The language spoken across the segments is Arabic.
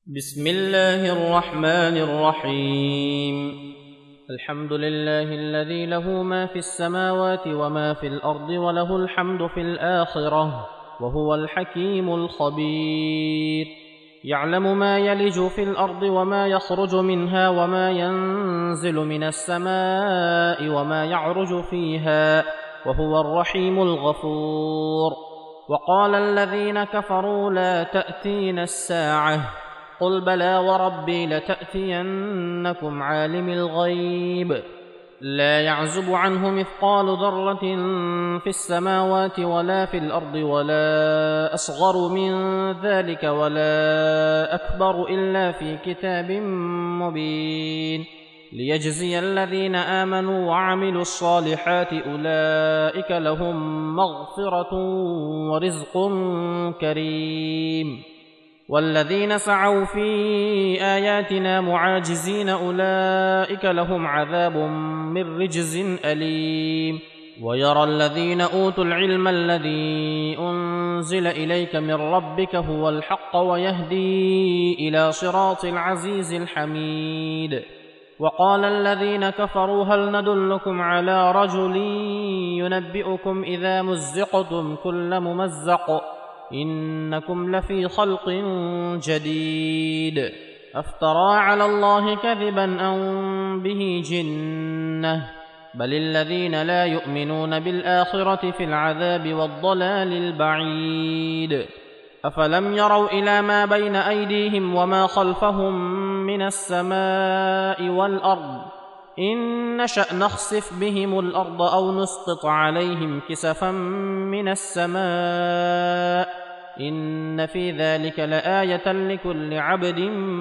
بسم الله الرحمن الرحيم. الحمد لله الذي له ما في السماوات وما في الأرض وله الحمد في الآخرة وهو الحكيم الخبير. يعلم ما يلج في الأرض وما يخرج منها وما ينزل من السماء وما يعرج فيها وهو الرحيم الغفور. وقال الذين كفروا لا تأتينا الساعة قل بلى وربي لتأتينكم عالم الغيب لا يعزب عنه مثقال ذرة في السماوات ولا في الأرض ولا أصغر من ذلك ولا أكبر إلا في كتاب مبين ليجزي الذين آمنوا وعملوا الصالحات أولئك لهم مغفرة ورزق كريم. والذين سعوا في آياتنا معاجزين أولئك لهم عذاب من رجز أليم. ويرى الذين أوتوا العلم الذي أنزل إليك من ربك هو الحق ويهدي إلى صراط العزيز الحميد. وقال الذين كفروا هل ندلكم على رجل ينبئكم إذا مزقتم كل ممزق إنكم لفي خلق جديد أفترى على الله كذبا أم به جنة بل الذين لا يؤمنون بالآخرة في العذاب والضلال البعيد. أفلم يروا إلى ما بين أيديهم وما خلفهم من السماء والأرض إن نشأ نخسف بهم الأرض أو نسقط عليهم كسفا من السماء إن في ذلك لآية لكل عبد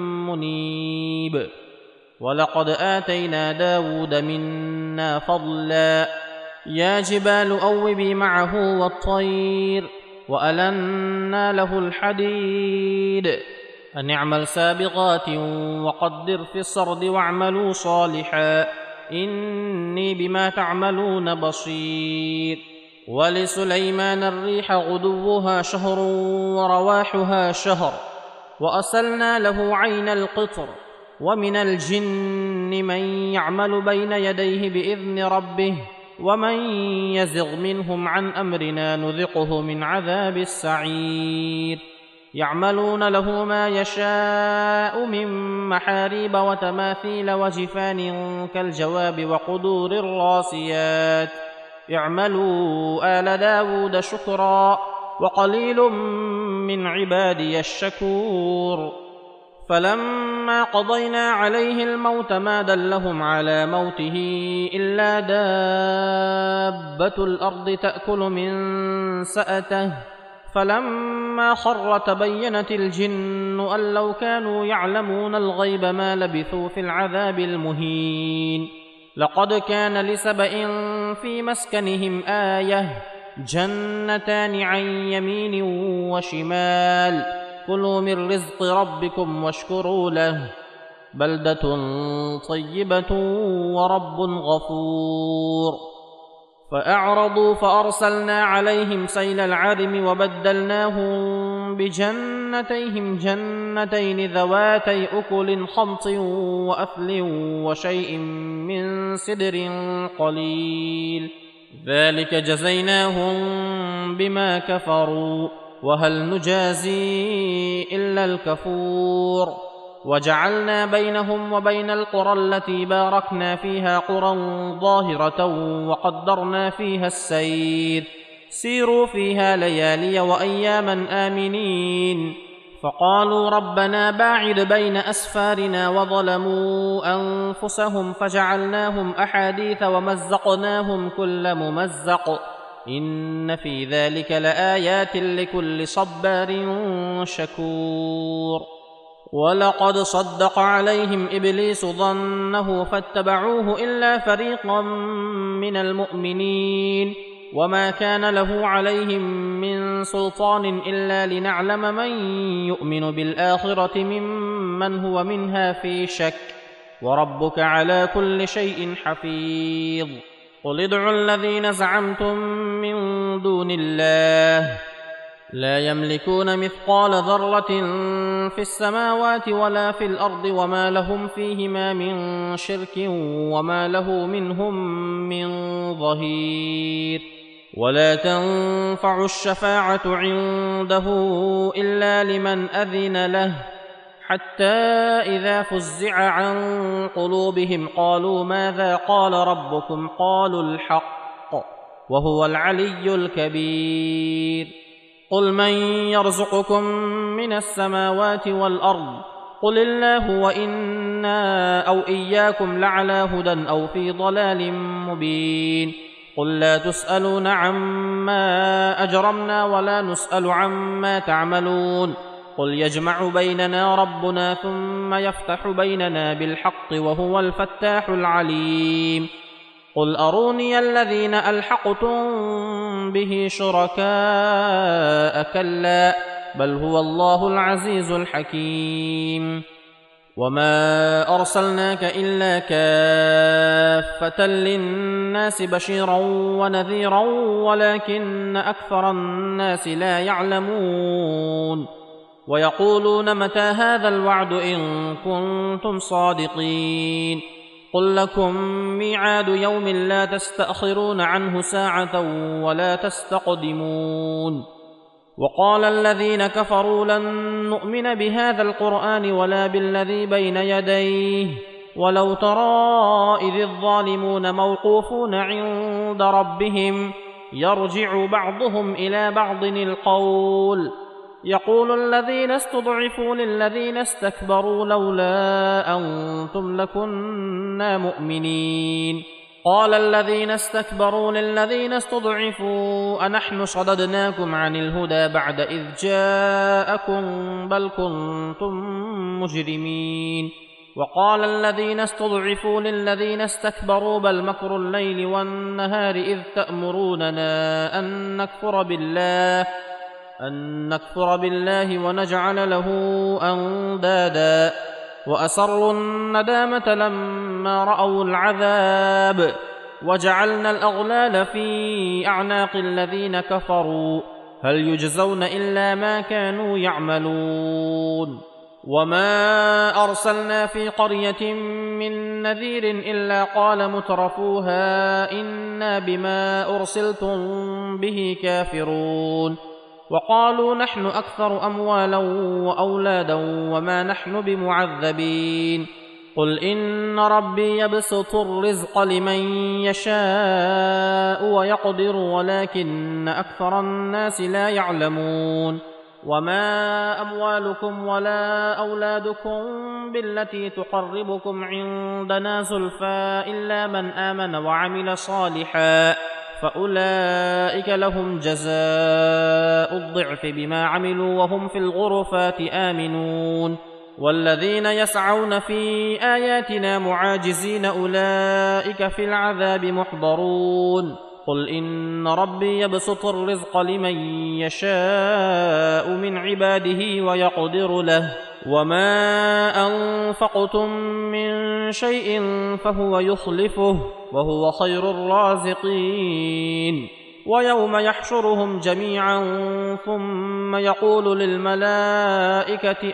منيب. ولقد آتينا داود منا فضلا يا جبال أوبي معه والطير وألنا له الحديد أن اعمل سابغات وقدر في السرد واعملوا صالحا إني بما تعملون بصير. ولسليمان الريح غدوها شهر ورواحها شهر وأسلنا له عين القطر ومن الجن من يعمل بين يديه بإذن ربه ومن يزغ منهم عن أمرنا نذقه من عذاب السعير. يعملون له ما يشاء من محاريب وتماثيل وجفان كالجواب وقدور الراسيات اعملوا آل داود شكرا وقليل من عبادي الشكور. فلما قضينا عليه الموت ما دلهم على موته إلا دابة الأرض تأكل من سأته فلما خر تبينت الجن أن لو كانوا يعلمون الغيب ما لبثوا في العذاب المهين. لقد كان لسبإ في مسكنهم آية جنتان عن يمين وشمال كلوا من رزق ربكم واشكروا له بلدة طيبة ورب غفور. فأعرضوا فأرسلنا عليهم سيل العرم وبدلناهم بجنتيهم جنتين ذواتي أكل خمط وأثل وشيء من سدر قليل ذلك جزيناهم بما كفروا وهل نجازي إلا الكفور. وجعلنا بينهم وبين القرى التي باركنا فيها قرى ظاهرة وقدرنا فيها السير سيروا فيها ليالي وأياما آمنين. فقالوا ربنا باعد بين أسفارنا وظلموا أنفسهم فجعلناهم أحاديث ومزقناهم كل ممزق إن في ذلك لآيات لكل صبار شكور. ولقد صدق عليهم إبليس ظنه فاتبعوه إلا فريقا من المؤمنين وما كان له عليهم من سلطان إلا لنعلم من يؤمن بالآخرة ممن هو منها في شك وربك على كل شيء حفيظ. قل ادعوا الذين زعمتم من دون الله لا يملكون مثقال ذرة في السماوات ولا في الأرض وما لهم فيهما من شرك وما له منهم من ظهير. ولا تنفع الشفاعة عنده إلا لمن أذن له، حتى إذا فزع عن قلوبهم قالوا ماذا قال ربكم؟ قالوا الحق وهو العلي الكبير. قل من يرزقكم من السماوات والأرض؟ قل الله وإنا أو إياكم لعلى هدى أو في ضلال مبين. قل لا تسألون عما أجرمنا ولا نسأل عما تعملون. قل يجمع بيننا ربنا ثم يفتح بيننا بالحق وهو الفتاح العليم. قل أروني الذين ألحقتم به شركاء كلا بل هو الله العزيز الحكيم. وما أرسلناك إلا كافة للناس بشيرا ونذيرا ولكن أكثر الناس لا يعلمون. ويقولون متى هذا الوعد إن كنتم صادقين؟ قل لكم ميعاد يوم لا تستأخرون عنه ساعة ولا تستقدمون. وقال الذين كفروا لن نؤمن بهذا القرآن ولا بالذي بين يديه ولو ترى إذ الظالمون موقوفون عند ربهم يرجع بعضهم إلى بعض القول يقول الذين استضعفوا للذين استكبروا لولا أنتم لكنا مؤمنين. قال الذين استكبروا للذين استضعفوا أنحن صددناكم عن الهدى بعد إذ جاءكم بل كنتم مجرمين. وقال الذين استضعفوا للذين استكبروا بل مكر الليل والنهار إذ تأمروننا أن نكفر بالله ونجعل له أندادا وأسروا الندامة لما رأوا العذاب وجعلنا الأغلال في أعناق الذين كفروا هل يجزون إلا ما كانوا يعملون. وما أرسلنا في قرية من نذير إلا قال مترفوها إنا بما أرسلتم به كافرون. وقالوا نحن أكثر أموالا وأولادا وما نحن بمعذبين. قل إن ربي يبسط الرزق لمن يشاء ويقدر ولكن أكثر الناس لا يعلمون. وما أموالكم ولا أولادكم بالتي تقربكم عندنا زلفى إلا من آمن وعمل صالحا فأولئك لهم جزاء الضعف بما عملوا وهم في الغرفات آمنون. والذين يسعون في آياتنا معاجزين أولئك في العذاب محضرون. قل إن ربي يبسط الرزق لمن يشاء من عباده ويقدر له وما أنفقتم من شيء فهو يخلفه وهو خير الرازقين. ويوم يحشرهم جميعا ثم يقول للملائكة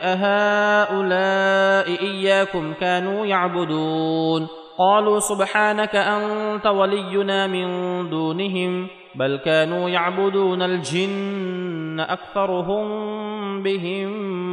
أهؤلاء إياكم كانوا يعبدون؟ قالوا سبحانك أنت ولينا من دونهم بل كانوا يعبدون الجن أكثرهم بهم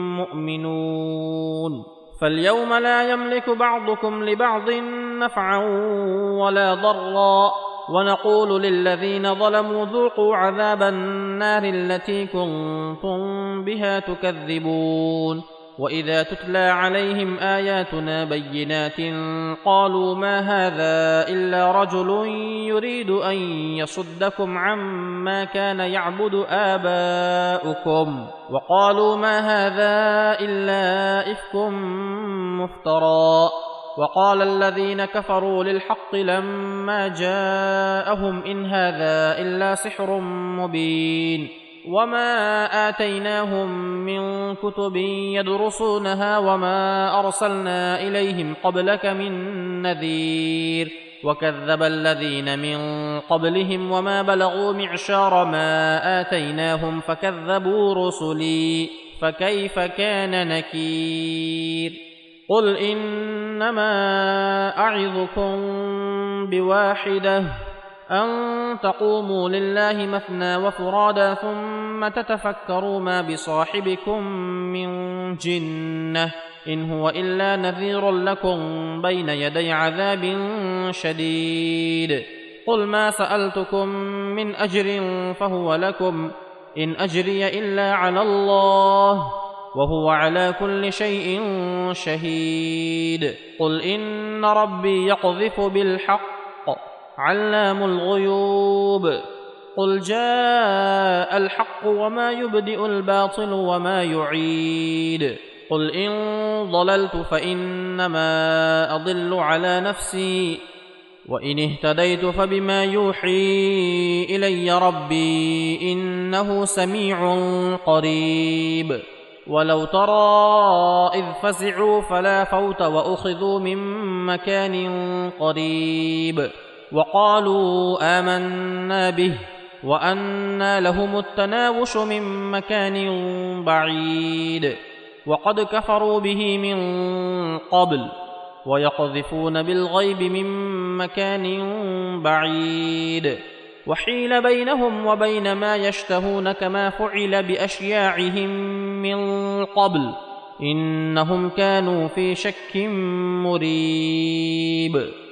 مؤمنون. فاليوم لا يملك بعضكم لبعض نفعا ولا ضرا ونقول للذين ظلموا ذوقوا عذاب النار التي كنتم بها تكذبون. وإذا تتلى عليهم آياتنا بينات قالوا ما هذا إلا رجل يريد أن يصدكم عما كان يعبد آباؤكم وقالوا ما هذا إلا إفك مفترى. وقال الذين كفروا للحق لما جاءهم إن هذا إلا سحر مبين. وما آتيناهم من كتب يدرسونها وما أرسلنا إليهم قبلك من نذير. وكذب الذين من قبلهم وما بلغوا معشار ما آتيناهم فكذبوا رسلي فكيف كان نكير قل إنما أعظكم بواحدة أن تقوموا لله مثنى وفرادى ثم تتفكروا ما بصاحبكم من جنة إن هو إلا نذير لكم بين يدي عذاب شديد قل ما سألتكم من أجر فهو لكم إن أجري إلا على الله وهو على كل شيء شهيد قل إن ربي يقذف بالحق علام الغيوب قل جاء الحق وما يبدئ الباطل وما يعيد قل إن ضللت فإنما أضل على نفسي وإن اهتديت فبما يوحي إلي ربي إنه سميع قريب ولو ترى إذ فزعوا فلا فوت وأخذوا من مكان قريب وقالوا آمنا به وأنى لهم التناوش من مكان بعيد وقد كفروا به من قبل ويقذفون بالغيب من مكان بعيد وحيل بينهم وبين ما يشتهون كما فعل بأشياعهم من قبل إنهم كانوا في شك مريب